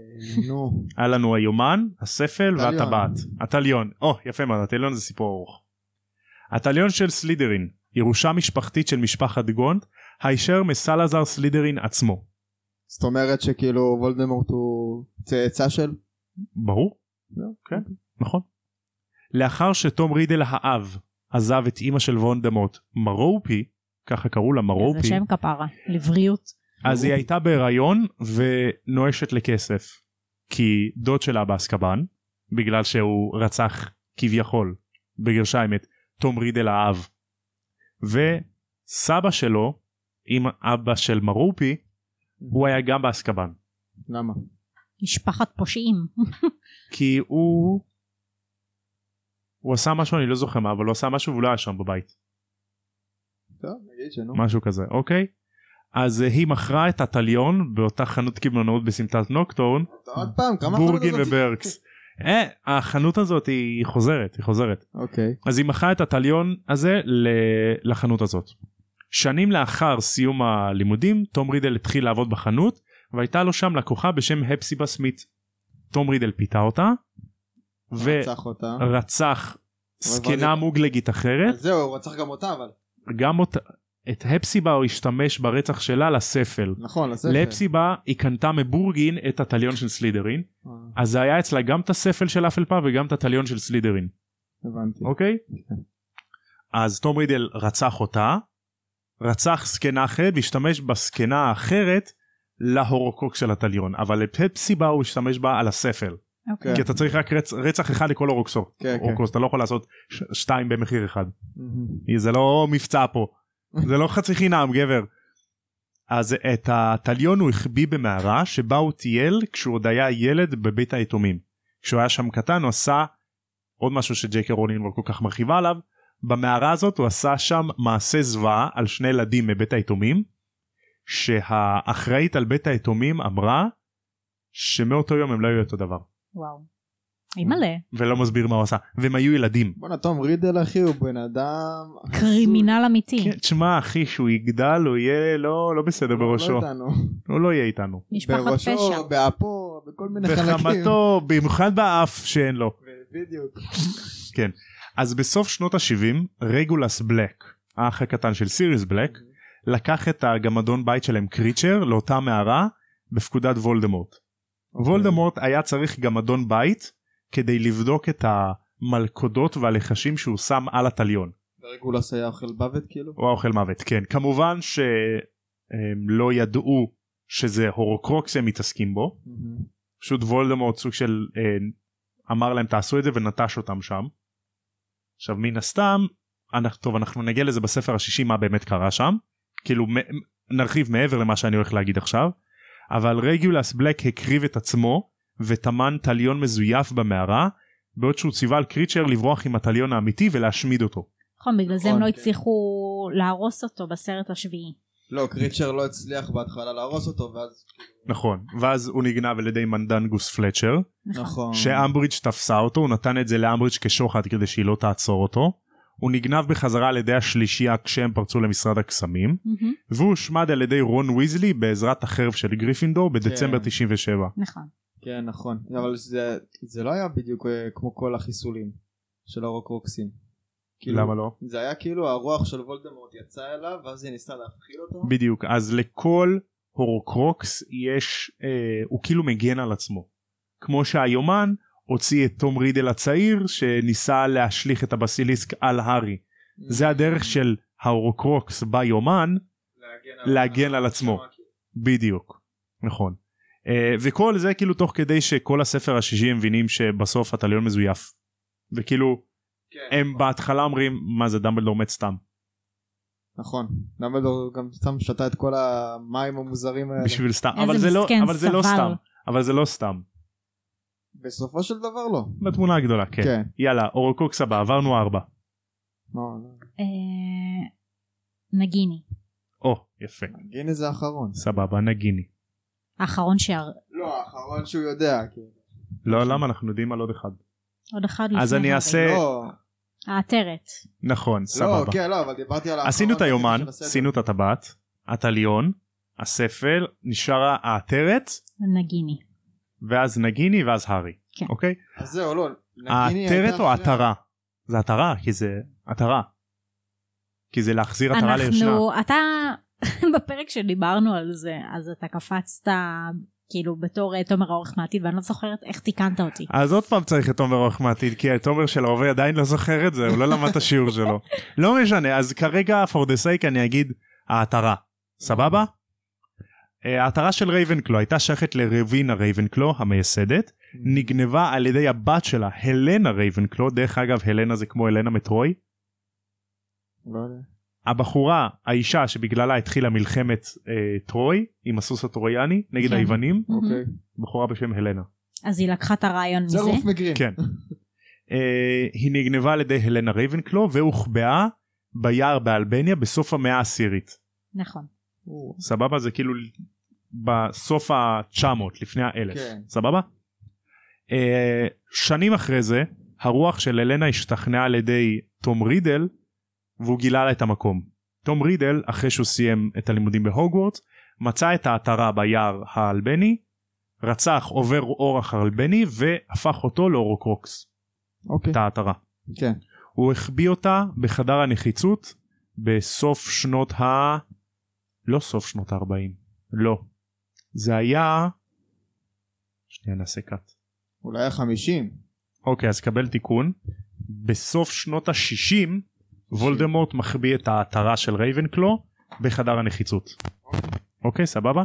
נו. היה לנו היומן, הספל והטבעת. הטליון. יפה מאוד, הטליון זה סיפור ארוך. הטליון של סלידרין, ירושה משפחתית של משפחת גונט, הישר מסלאזר סלידרין עצמו. זאת אומרת שכאילו וולדמורט הוא צאצא של? ברור. כן, נכון. לאחר שתום רידל האב עזב את אמא של וולדמורט, מרופי, ככה קראו לה מרופי. זה שם כפרה, לבריאות. אז היא הייתה בהיריון ונואשת לכסף, כי דוד שלה באזקבאן, בגלל שהוא רצח כביכול, בגרשיים את תום רידל האב, וסבא שלו, עם אבא של מרופי, הוא היה גם באזקבאן. למה? משפחת פושעים. כי הוא עשה משהו, אני לא זוכר מה, אבל הוא עשה משהו והוא לא היה שם בבית. טוב, נגיד שנו. משהו כזה, אוקיי? אז היא מכרה את הטליון באותה חנות קמעונאות בסמטת נוקטורן, בורגין וברקס. החנות הזאת היא חוזרת. אוקיי. אז היא מכרה את הטליון הזה לחנות הזאת. שנים לאחר סיום הלימודים, תום רידל התחיל לעבוד בחנות, והייתה לו שם לקוחה בשם הפסיבה סמית. תום רידל פיתה אותה, ורצח סקנה מוגלגית אחרת. זהו, הוא רצח גם אותה, אבל. גם אותה. את הפסיבה הוא השתמש ברצח שלה לספל. נכון, לספל. להפסיבה היא קנתה מבורגין את הטליון של סלידרין, אז זה היה אצלה גם את הספל של אפלפה וגם את הטליון של סלידרין. הבנתי. אוקיי? אז תום רידל רצח אותה, רצח סקנה אחרת והשתמש בסקנה האחרת להורוקוק של הטליון, אבל לפסיבה הוא השתמש בה על הספל. אוקיי. כי אתה צריך רק רצח אחד לכל אורוקסור. אורקוס, אתה לא יכול לעשות 2 במחיר אחד. זה לא מבצע פה. זה לא חצי חינם, גבר. אז את הטליון הוא החביא במערה שבה הוא טייל כשהוא עוד היה ילד בבית היתומים. כשהוא היה שם קטן הוא עשה עוד משהו שג'יי קיי רולינג לא כל כך מרחיבה עליו. במערה הזאת הוא עשה שם מעשה זוועה על 2 ילדים מבית היתומים, שהאחראית על בית היתומים אמרה שמאותו יום הם לא היו אותו דבר. וואו. אימא'לה. ולא מסביר מה הוא עשה, והם היו ילדים. בוא נתום רידל אחי הוא בן אדם קרימינל אמיתי. כן, תשמע אחי שהוא יגדל הוא יהיה לא בסדר בראשו. הוא לא יהיה איתנו. משפחת פשע. בראשו, באפו, בכל מיני חלקים. בחמתו, במיוחד באף שאין לו. בדיוק. כן. אז בסוף שנות ה-70 רגולס בלק, האח הקטן של סיריוס בלק, לקח את הגמדון בית שלהם קריצ'ר לאותה מערה בפקודת וולדמורט. וולדמורט היה צריך גמדון בית כדי לבדוק את המלכודות והלחשים שהוא שם על הטליון. ורגולס היה אוכל מוות כאילו? הוא אוכל מוות, כן. כמובן שהם לא ידעו שזה הורוקרוקס הם מתעסקים בו. פשוט וולדמורט סוג של אמר להם תעשו את זה ונטש אותם שם. עכשיו מן הסתם, אנחנו נגיע לזה בספר השישי מה באמת קרה שם. כאילו נרחיב מעבר למה שאני הולך להגיד עכשיו. אבל רגולס בלק הקריב את עצמו וטמן טליון מזויף במערה, בעוד שהוא ציווה על קריצ'ר לברוח עם הטליון האמיתי ולהשמיד אותו. נכון, בגלל זה הם לא הצליחו להרוס אותו בסרט השביעי. לא, קריצ'ר לא הצליח בהתחלה להרוס אותו, ואז... נכון, ואז הוא נגנב על ידי מנדנגוס פלצ'ר, נכון. שאמברידג' תפסה אותו, הוא נתן את זה לאמברידג' כשוחד כדי שהיא לא תעצור אותו, הוא נגנב בחזרה על ידי השלישייה כשהם פרצו למשרד הקסמים, והוא הושמד על ידי רון ויזלי בעזרת החרב של גריפינדור בדצמבר 97. נכון. כן, נכון, אבל זה לא היה בדיוק כמו כל החיסולים של הרוקרוקסים. למה לא? זה היה כאילו הרוח של וולדמורט יצא אליו ואז היא ניסתה להפחיד אותו. בדיוק, אז לכל הורוקרוקס יש, הוא כאילו מגן על עצמו. כמו שהיומן הוציא את תום רידל הצעיר שניסה להשליך את הבסיליסק על הארי. זה הדרך של ההורוקרוקס ביומן להגן על עצמו. בדיוק, נכון. וכל זה כאילו תוך כדי שכל הספר השישי הם מבינים שבסוף הטליון מזויף. וכאילו הם בהתחלה אומרים מה זה דמבלדור מת סתם. נכון, דמבלדור גם סתם שתה את כל המים המוזרים האלה. בשביל סתם, אבל זה לא סתם. אבל זה לא סתם. בסופו של דבר לא. בתמונה הגדולה, כן. יאללה, אורוקוקס הבא, עברנו 4. נגיני. יפה. נגיני זה האחרון. סבבה, נגיני. האחרון לא, האחרון שהוא יודע. לא, למה? אנחנו יודעים על עוד אחד. עוד אחד לפני. אז אני אעשה... העטרת. נכון, סבבה. לא, כן, לא, אבל דיברתי על האחרון. עשינו את היומן, עשינו את הטבעת, הטליון, הספל, נשארה העטרת. נגיני. ואז נגיני ואז הארי. כן. אוקיי? אז זהו, לא. העטרת או עטרה? זה עטרה, כי זה עטרה. כי זה להחזיר עטרה ליושנה. אתה, בפרק שדיברנו על זה, אז אתה קפצת כאילו בתור תומר האורך מעתיד, ואני לא זוכרת איך תיקנת אותי. אז עוד פעם צריך את תומר האורך מעתיד, כי התומר של ההווה עדיין לא זוכר את זה, הוא לא למד את השיעור שלו. לא משנה, אז כרגע for the sake אני אגיד העטרה. סבבה? העטרה של רייבנקלו הייתה שייכת לרווינה רייבנקלו המייסדת, נגנבה על ידי הבת שלה, הלנה רייבנקלו, דרך אגב הלנה זה כמו הלנה מטרוי. לא יודע. הבחורה, האישה שבגללה התחילה מלחמת טרוי, עם הסוס הטרויאני, נגד היוונים, בחורה בשם הלנה. אז היא לקחה את הרעיון מזה? זה רוף מגרין. כן. היא נגנבה על ידי הלנה רייבנקלו, והוחבאה ביער באלבניה בסוף המאה העשירית. נכון. סבבה? זה כאילו בסוף ה-900 לפני ה-1000. סבבה? שנים אחרי זה הרוח של הלנה השתכנעה על ידי תום רידל והוא גילה לה את המקום. תום רידל אחרי שהוא סיים את הלימודים בהוגוורטס מצא את העטרה ביער האלבני, רצח עובר אורח האלבני והפך אותו לאורוקרוקס. את העטרה. כן. הוא החביא אותה בחדר הנחיצות בסוף שנות לא סוף שנות ה-40. לא. זה היה... שנייה נעשה קאט. אולי ה-50. אוקיי, אז קבל תיקון. בסוף שנות ה-60 וולדמורט מחביא את העטרה של רייבנקלו בחדר הנחיצות. אוקיי, סבבה?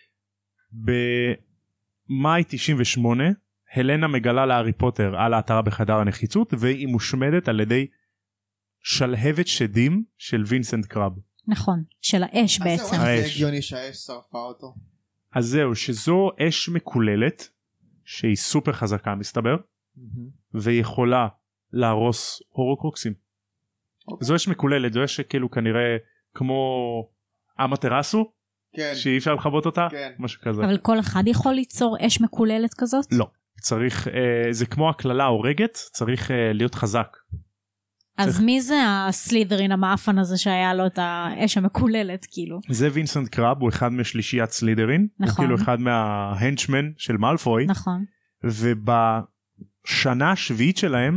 במאי 98 הלנה מגלה להארי פוטר על העטרה בחדר הנחיצות והיא מושמדת על ידי שלהבת שדים של וינסנט קרב. נכון, של האש בעצם. אז זה הגיוני שהאש שרפה אותו. אז זהו, שזו אש מקוללת שהיא סופר חזקה מסתבר והיא יכולה להרוס הורוקרוקסים. זו אש מקוללת, זו אש שכאילו כנראה כמו אמטרסו, כן. שאי אפשר לכבות אותה? כן. משהו כזה. אבל כל אחד יכול ליצור אש מקוללת כזאת? לא. צריך, זה כמו הכללה ההורגת, צריך להיות חזק. אז מי זה הסלידרין המאפן הזה שהיה לו את האש המקוללת כאילו? זה וינסנט קראב, הוא אחד משלישיית סלידרין. נכון. הוא כאילו אחד מההנצ'מן של מאלפוי. נכון. ובשנה השביעית שלהם,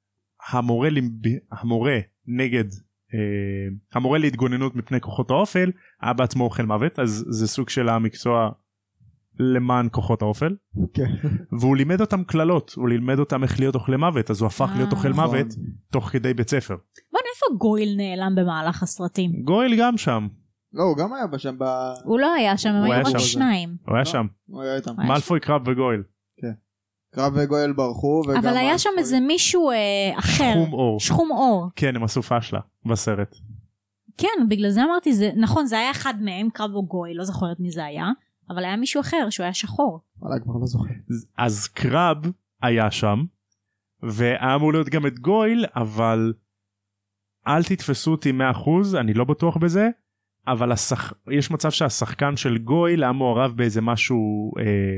המורה להתגוננות מפני כוחות האופל, היה בעצמו אוכל מוות, אז זה סוג של המקצוע למען כוחות האופל. כן. והוא לימד אותם כללות, הוא לימד אותם איך להיות אוכל מוות, אז הוא הפך להיות אוכל מוות תוך כדי בית ספר. בוא איפה גויל נעלם במהלך הסרטים? גויל גם שם. לא, הוא גם היה שם הוא לא היה שם, הם היו רק שניים. הוא היה שם. הוא היה איתם. מאלפוי, קראב וגויל. קראב וגויל ברחו. אבל היה שם איזה מישהו אחר. שחום אור. שחום אור. כן, הם עשו פשלה בסרט. כן, בגלל זה אמרתי, נכון, זה היה אחד מהם, קראב או גויל, לא זוכרת מי זה היה, אבל היה מישהו אחר שהוא היה שחור. וואלה, כבר לא זוכר. אז קראב היה שם, והיה אמור להיות גם את גויל, אבל אל תתפסו אותי 100%, אני לא בטוח בזה, אבל יש מצב שהשחקן של גויל היה מעורב באיזה משהו,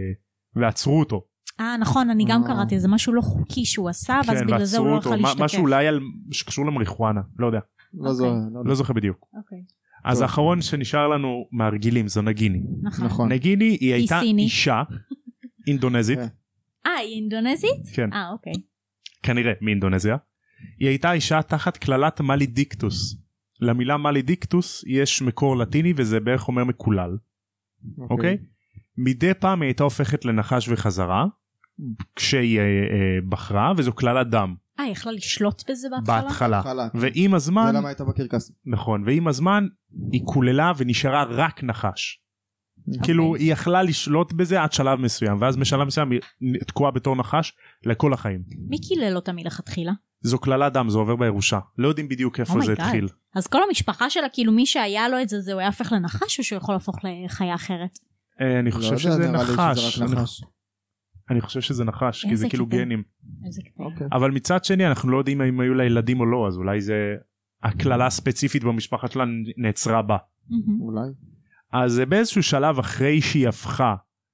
ועצרו אותו. נכון, אני גם קראתי, זה משהו לא חוקי שהוא עשה, ואז בגלל זה הוא לא יכול להשתתף. משהו אולי שקשור למריחואנה, לא יודע. לא זוכר בדיוק. אז האחרון שנשאר לנו מהרגילים זו נגיני. נכון. נגיני היא הייתה אישה אינדונזית. היא אינדונזית? כן. אוקיי. כנראה מאינדונזיה. היא הייתה אישה תחת כללת מלידיקטוס. למילה מלידיקטוס יש מקור לטיני וזה בערך אומר מקולל. אוקיי? מדי פעם היא הייתה הופכת לנחש וחזרה כשהיא בחרה, וזו כללת דם. היא יכלה לשלוט בזה בהתחלה. ועם הזמן, זה למה הייתה בקרקס. נכון, ועם הזמן היא כוללה ונשארה רק נחש. כאילו היא יכלה לשלוט בזה עד שלב מסוים, ואז בשלב מסוים היא תקועה בתור נחש לכל החיים. מי קילל אותה מלכתחילה? זו כללת דם, זה עובר בירושה. לא יודעים בדיוק איפה זה התחיל. אז כל המשפחה שלה, כאילו מי שהיה לו את זה, הוא היה הופך לנחש או שהוא יכול להפוך לחיה אחרת? אני חושב שזה נחש. אני חושב שזה נחש, כי זה כאילו גנים. אבל מצד שני אנחנו לא יודעים אם היו לה ילדים או לא, אז אולי זה הכללה הספציפית במשפחה שלה נעצרה בה. אולי. אז באיזשהו שלב אחרי שהיא הפכה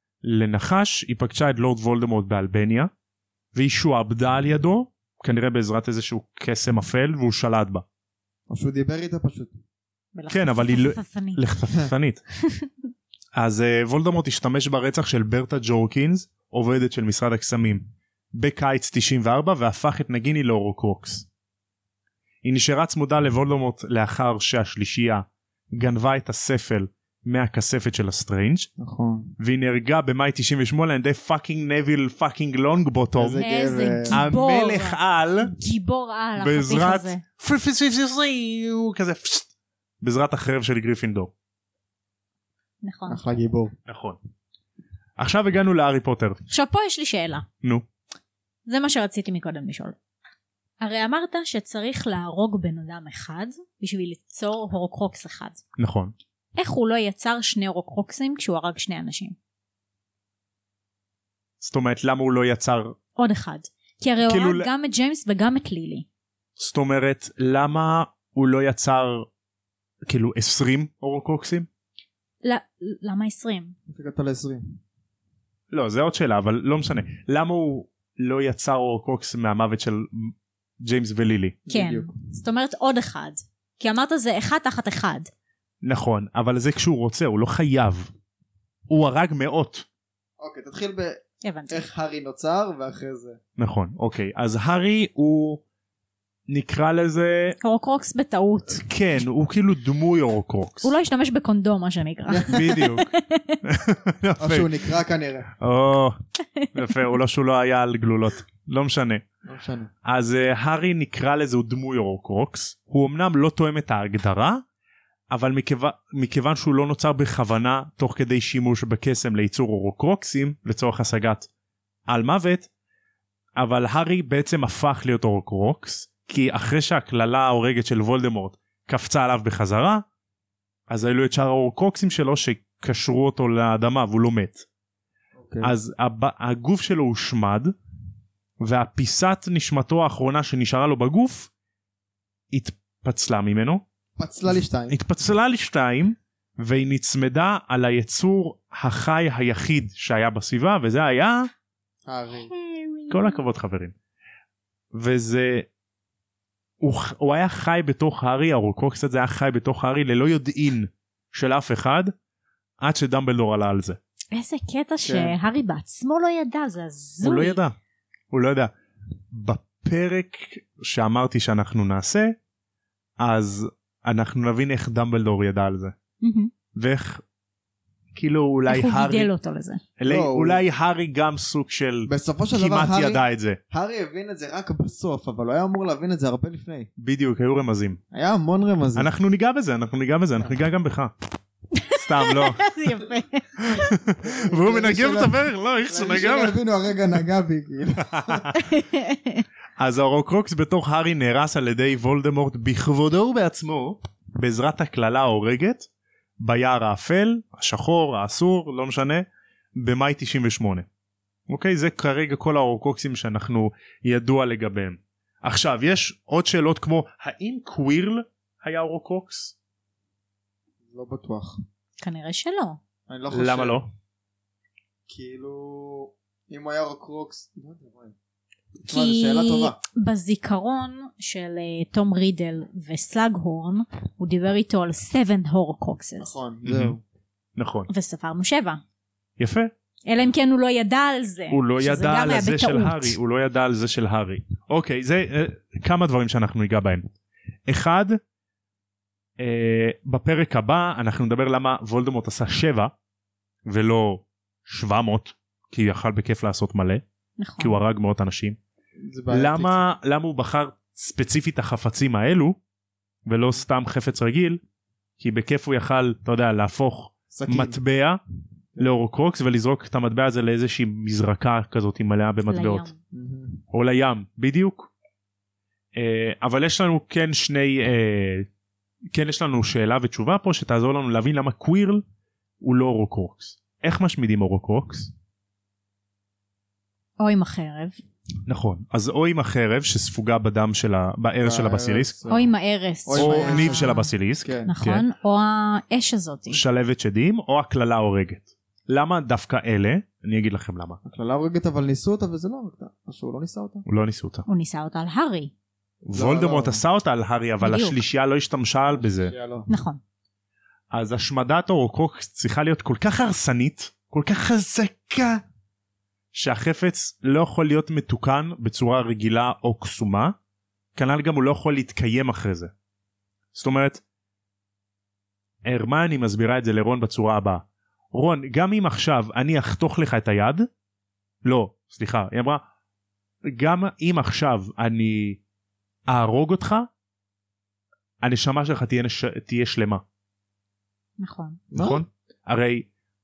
לנחש, היא פגשה את לורד וולדמורט באלבניה, והיא שועבדה על ידו, כנראה בעזרת איזשהו קסם אפל, והוא שלט בה. או שהוא דיבר איתה פשוט. כן, אבל היא לחפפנית. אז וולדמורט השתמש ברצח של ברטה ג'ורקינס, עובדת של משרד הקסמים, בקיץ 94, והפך את נגיני לאורוקרוקס. היא נשארה צמודה לוולדמורט לאחר שהשלישייה גנבה את הספל מהכספת של הסטרנג'. נכון. והיא נהרגה במאי 98 על ידי פאקינג נביל פאקינג לונג בוטום. איזה גיבור. המלך על. גיבור על החתיך הזה. כזה בעזרת החרב של גריפינדור. נכון. אחלה גיבור. נכון. עכשיו הגענו להארי פוטר. עכשיו פה יש לי שאלה. נו. זה מה שרציתי מקודם לשאול. הרי אמרת שצריך להרוג בן אדם אחד בשביל ליצור הורוקרוקס אחד. נכון. איך הוא לא יצר שני הורוקרוקסים כשהוא הרג שני אנשים? זאת אומרת למה הוא לא יצר עוד אחד. כי הרי הוא הרג גם את ג'יימס וגם את לילי. זאת אומרת למה הוא לא יצר כאילו 20 הורוקרוקסים? למה 20? הגעת ל-20. לא, זה עוד שאלה, אבל לא משנה. למה הוא לא יצר הורוקרוקס מהמוות של ג'יימס ולילי? כן, זאת אומרת עוד אחד. כי אמרת זה אחד תחת אחד. נכון, אבל זה כשהוא רוצה, הוא לא חייב. הוא הרג מאות. אוקיי, תתחיל איך הארי נוצר ואחרי זה. נכון, אוקיי. אז הארי הוא נקרא לזה הורוקרוקס בטעות. כן, הוא כאילו דמוי הורוקרוקס. הוא לא השתמש בקונדום מה שנקרא. בדיוק. או שהוא נקרא כנראה. יפה, או לא שהוא לא היה על גלולות. לא משנה. לא משנה. אז הארי נקרא לזה הוא דמוי הורוקרוקס. הוא אמנם לא תואם את ההגדרה, אבל מכיוון שהוא לא נוצר בכוונה תוך כדי שימוש בקסם לייצור הורוקרוקסים לצורך השגת על מוות, אבל הארי בעצם הפך להיות הורוקרוקס, כי אחרי שהכללה ההורגת של וולדמורט קפצה עליו בחזרה, אז היו את שאר ההורוקרוקסים שלו שקשרו אותו לאדמה והוא לא מת. אז הגוף שלו הושמד, והפיסת נשמתו האחרונה שנשארה לו בגוף התפצלה ממנו. התפצלה לשתיים. התפצלה לשתיים, והיא נצמדה על היצור החי היחיד שהיה בסביבה, וזה היה הארי. כל הכבוד חברים. וזה הוא היה חי בתוך הארי, ההורוקרוקס הזה היה חי בתוך הארי ללא יודעין של אף אחד, עד שדמבלדור עלה על זה. איזה קטע שהארי בעצמו לא ידע, זה הזוי. הוא לא ידע. בפרק שאמרתי שאנחנו נעשה, אז אנחנו נבין איך דמבלדור ידע על זה. ואיך כאילו אולי איך הוא הארי גידל אותו לזה. אולי הארי גם סוג של בסופו של דבר כמעט ידע את זה. הארי הבין את זה רק בסוף, אבל הוא היה אמור להבין את זה הרבה לפני. בדיוק, היו רמזים. היה המון רמזים. אנחנו ניגע בזה, אנחנו ניגע גם בך. סתם לא. זה יפה. והוא מנגב את הפרק, לא, איך שנגע. שלא הבינו הרגע נגע בי. אז ההורוקרוקס בתוך הארי נהרס על ידי וולדמורט בכבודו ובעצמו, בעזרת הכללה ההורגת, ביער האפל, השחור, האסור, לא משנה, במאי 98. אוקיי, זה כרגע כל ההורוקרוקסים שאנחנו ידוע לגביהם. עכשיו, יש עוד שאלות כמו, האם קווירל היה הורוקרוקס? לא בטוח. כנראה שלא. אני לא חושב. למה לא? כאילו, אם הוא היה הורוקרוקס, לא יודע, כי בזיכרון של תום רידל וסלאגהורן הוא דיבר איתו על 7 הורוקרוקסס. נכון, זהו. נכון. וספרנו 7. יפה. אלא אם כן הוא לא ידע על זה. הוא לא ידע על זה של הארי. הוא לא ידע על זה של הארי. אוקיי, זה כמה דברים שאנחנו ניגע בהם. אחד, בפרק הבא אנחנו נדבר למה וולדמורט עשה 7 ולא 700, כי הוא יכל בכיף לעשות מלא. נכון. כי הוא הרג מאות אנשים. למה הוא בחר ספציפית החפצים האלו ולא סתם חפץ רגיל? כי בכיף הוא יכל, אתה יודע, להפוך מטבע להורוקרוקס ולזרוק את המטבע הזה לאיזושהי מזרקה כזאת מלאה במטבעות. או לים, בדיוק. אבל יש לנו כן יש לנו שאלה ותשובה פה שתעזור לנו להבין למה קווירל הוא לא הורוקרוקס. איך משמידים הורוקרוקס? או עם החרב. נכון, אז או עם החרב שספוגה בדם בארץ של הבסיליסק, או עם הארס, או ניב של הבסיליסק, נכון, או האש הזאת, שלבת שדים, או הכללה הורגת. למה דווקא אלה? אני אגיד לכם למה. הכללה הורגת אבל ניסו אותה וזה לא הורגת, משהו לא ניסה אותה. הוא לא ניסה אותה. הוא ניסה אותה על הארי. וולדמורט עשה אותה על הארי, אבל השלישייה לא השתמשה בזה. נכון. אז השמדת ההורוקרוקס צריכה להיות כל כך הרסנית, כל כך חזקה, שהחפץ לא יכול להיות מתוקן בצורה רגילה או קסומה, כנ"ל גם הוא לא יכול להתקיים אחרי זה. זאת אומרת, הרמיוני מסבירה את זה לרון בצורה הבאה. רון, גם אם עכשיו אני אחתוך לך את היד, לא, סליחה, היא אמרה, גם אם עכשיו אני אהרוג אותך, הנשמה שלך תהיה שלמה. נכון. נכון? הרי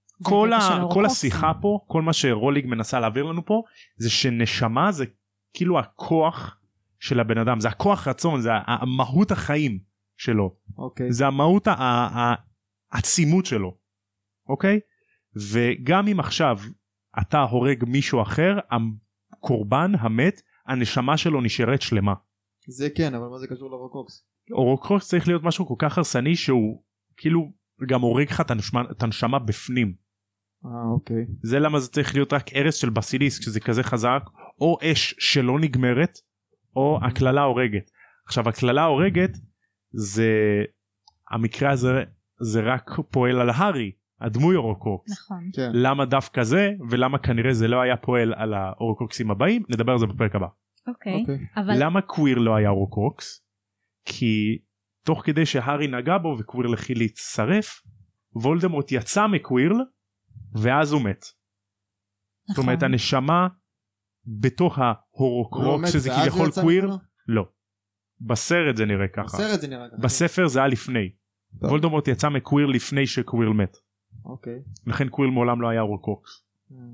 כל השיחה פה, כל מה שרולינג מנסה להעביר לנו פה, זה שנשמה זה כאילו הכוח של הבן אדם, זה הכוח רצון, זה המהות החיים שלו, זה המהות העצימות שלו, אוקיי? וגם אם עכשיו אתה הורג מישהו אחר, הקורבן המת, הנשמה שלו נשארת שלמה. זה כן, אבל מה זה קשור להורוקרוקס? הורוקרוקס צריך להיות משהו כל כך הרסני שהוא כאילו גם הורג לך את הנשמה בפנים. אוקיי. זה למה זה צריך להיות רק ארץ של בסיליסק שזה כזה חזק, או אש שלא נגמרת, או הכללה הורגת. עכשיו הכללה הורגת זה המקרה הזה זה רק פועל על הארי, הדמוי הורוקרוקס. נכון. כן. למה דווקא זה ולמה כנראה זה לא היה פועל על ההורוקרוקסים הבאים, נדבר על זה בפרק הבא. אוקיי. למה קוויר לא היה הורוקרוקס? כי תוך כדי שהארי נגע בו וקווירל החליט להצטרף, וולדמורט יצא מקווירל ואז הוא מת. זאת אומרת הנשמה בתוך ההורוקרוקס שזה כביכול קווירל, לא. בסרט זה נראה ככה. בספר זה היה לפני. וולדמורט יצא מקווירל לפני שקווירל מת. אוקיי. לכן קווירל מעולם לא היה הורוקרוקס.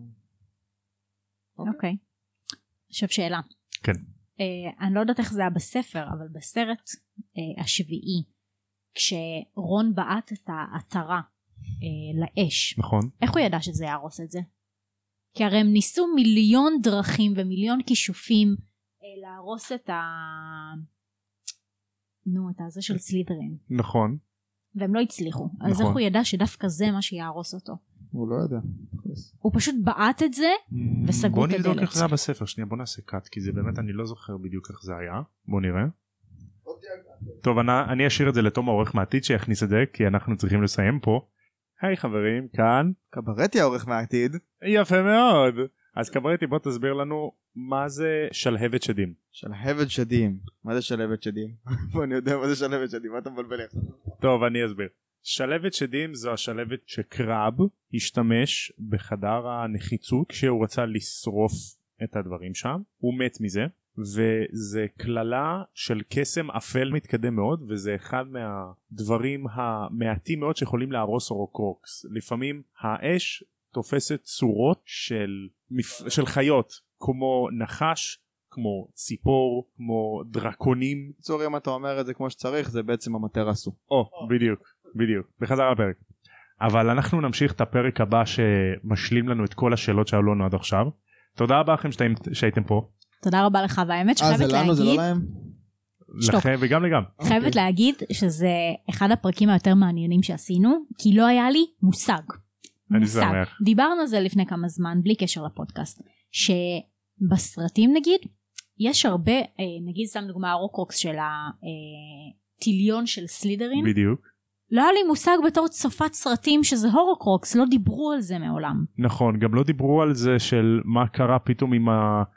אוקיי. עכשיו שאלה. כן. אני לא יודעת איך זה היה בספר, אבל בסרט השביעי, כשרון בעט את העטרה לאש, נכון. איך הוא ידע שזה יהרוס את זה? כי הרי הם ניסו מיליון דרכים ומיליון כישופים להרוס את הזה של סלית'רין. נכון. והם לא הצליחו. אז איך הוא ידע שדווקא זה מה שיהרוס אותו? הוא לא יודע. הוא פשוט בעט את זה וסגרו את הדלת. בוא נבדוק איך זה היה בספר, שנייה בוא נעשה קאט, כי זה באמת אני לא זוכר בדיוק איך זה היה. בוא נראה. טוב, אני אשאיר את זה לתום העורך מעתיד שיכניס את זה, כי אנחנו צריכים לסיים פה. היי חברים, כאן קברטי העורך מעתיד. יפה מאוד. אז קברטי, בוא תסביר לנו מה זה שלהבת שדים. שלהבת שדים. מה זה שלהבת שדים? בוא, אני יודע מה זה שלהבת שדים, מה אתה מבלבל עכשיו? טוב, אני אסביר. שלהבת שדים זו השלהבת שקראב השתמש בחדר הנחיצות כשהוא רצה לשרוף את הדברים שם. הוא מת מזה, וזה כללה של קסם אפל מתקדם מאוד, וזה אחד מהדברים המעטים מאוד שיכולים להרוס אורוקרוקס. לפעמים האש תופסת צורות של חיות, כמו נחש, כמו ציפור, כמו דרקונים. צור, אם אתה אומר את זה כמו שצריך, זה בעצם המטרסו. בדיוק, בחזרה לפרק. אבל אנחנו נמשיך את הפרק הבא שמשלים לנו את כל השאלות שעלו לנו עד עכשיו. תודה רבה לכם שהייתם פה. תודה רבה לך, והאמת שחייבת להגיד... זה לנו, זה לא להם? לכם וגם לגמרי. חייבת להגיד שזה אחד הפרקים היותר מעניינים שעשינו, כי לא היה לי מושג. אני שמח. דיברנו על זה לפני כמה זמן, בלי קשר לפודקאסט, שבסרטים נגיד, יש הרבה, נגיד שם דוגמה הרוקרוקס של הטיליון של סלידרין. בדיוק. לא היה לי מושג בתור צופת סרטים שזה הורוקרוקס, לא דיברו על זה מעולם. נכון, גם לא דיברו על זה של מה קרה פתאום עם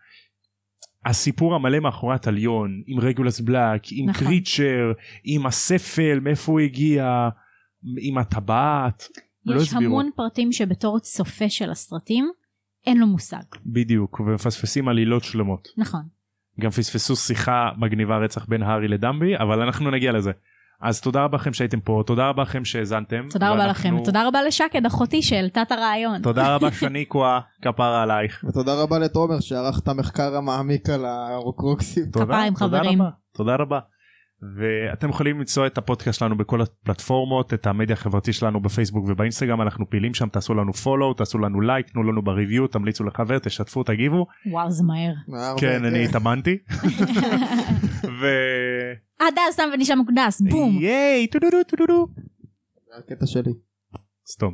הסיפור המלא מאחורי הטליון, עם רגולס בלק, עם נכון. קריצ'ר, עם הספל, מאיפה הוא הגיע, עם הטבעת. יש המון פרטים שבתור צופה של הסרטים, אין לו מושג. בדיוק, ומפספסים עלילות שלמות. נכון. גם פספסו שיחה מגניבה רצח בין הארי לדמבי, אבל אנחנו נגיע לזה. אז תודה רבה לכם שהייתם פה, תודה רבה לכם שהזנתם. תודה רבה לכם, תודה רבה לשקד, אחותי שהעלתה את הרעיון. תודה רבה שניקווה, כפרה עלייך. ותודה רבה לתומר שערך את המחקר המעמיק על הרוקרוקסים. כפיים חברים. תודה רבה. ואתם יכולים למצוא את הפודקאסט שלנו בכל הפלטפורמות, את המדיה החברתי שלנו בפייסבוק ובאינסטגרם, אנחנו פעילים שם, תעשו לנו פולו, תעשו לנו לייק, תנו לנו בריוויו, תמליצו לחבר, תשתפו, תגיבו. וואו, זה מהר. כן, אני התאמנתי. עד אז סתם ונשאר מקודס, בום. ייי, טודודו. זה הקטע שלי. סתום.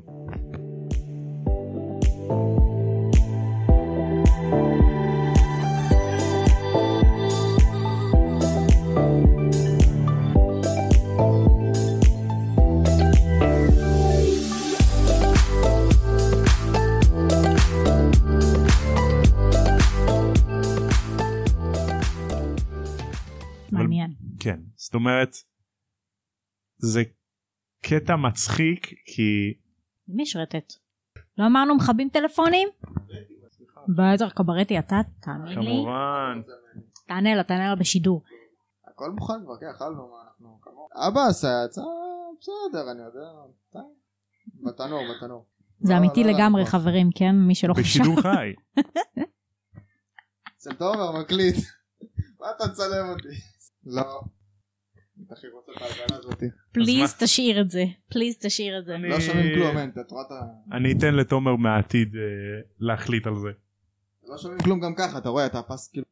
מעניין. כן, זאת אומרת, זה קטע מצחיק כי... מי יש רטט? לא אמרנו מכבים טלפונים? בטח קברטי, אתה תאמין לי. כמובן. תענה לה בשידור. הכל מוכן כבר, כן, אכלנו מה אנחנו כמובן. אבא עשה יצא, בסדר, אני יודע. בתנור. זה אמיתי לגמרי חברים, כן? מי שלא חושב. בשידור חי. אצל תומר מקליט. מה אתה צלם אותי? לא. תכי רוצה את ההגנה הזאת. פליז תשאיר את זה. לא שומעים כלום, אין, תתורת אני אתן לתומר מהעתיד להחליט על זה. לא שומעים כלום גם ככה, אתה רואה, אתה פס כאילו.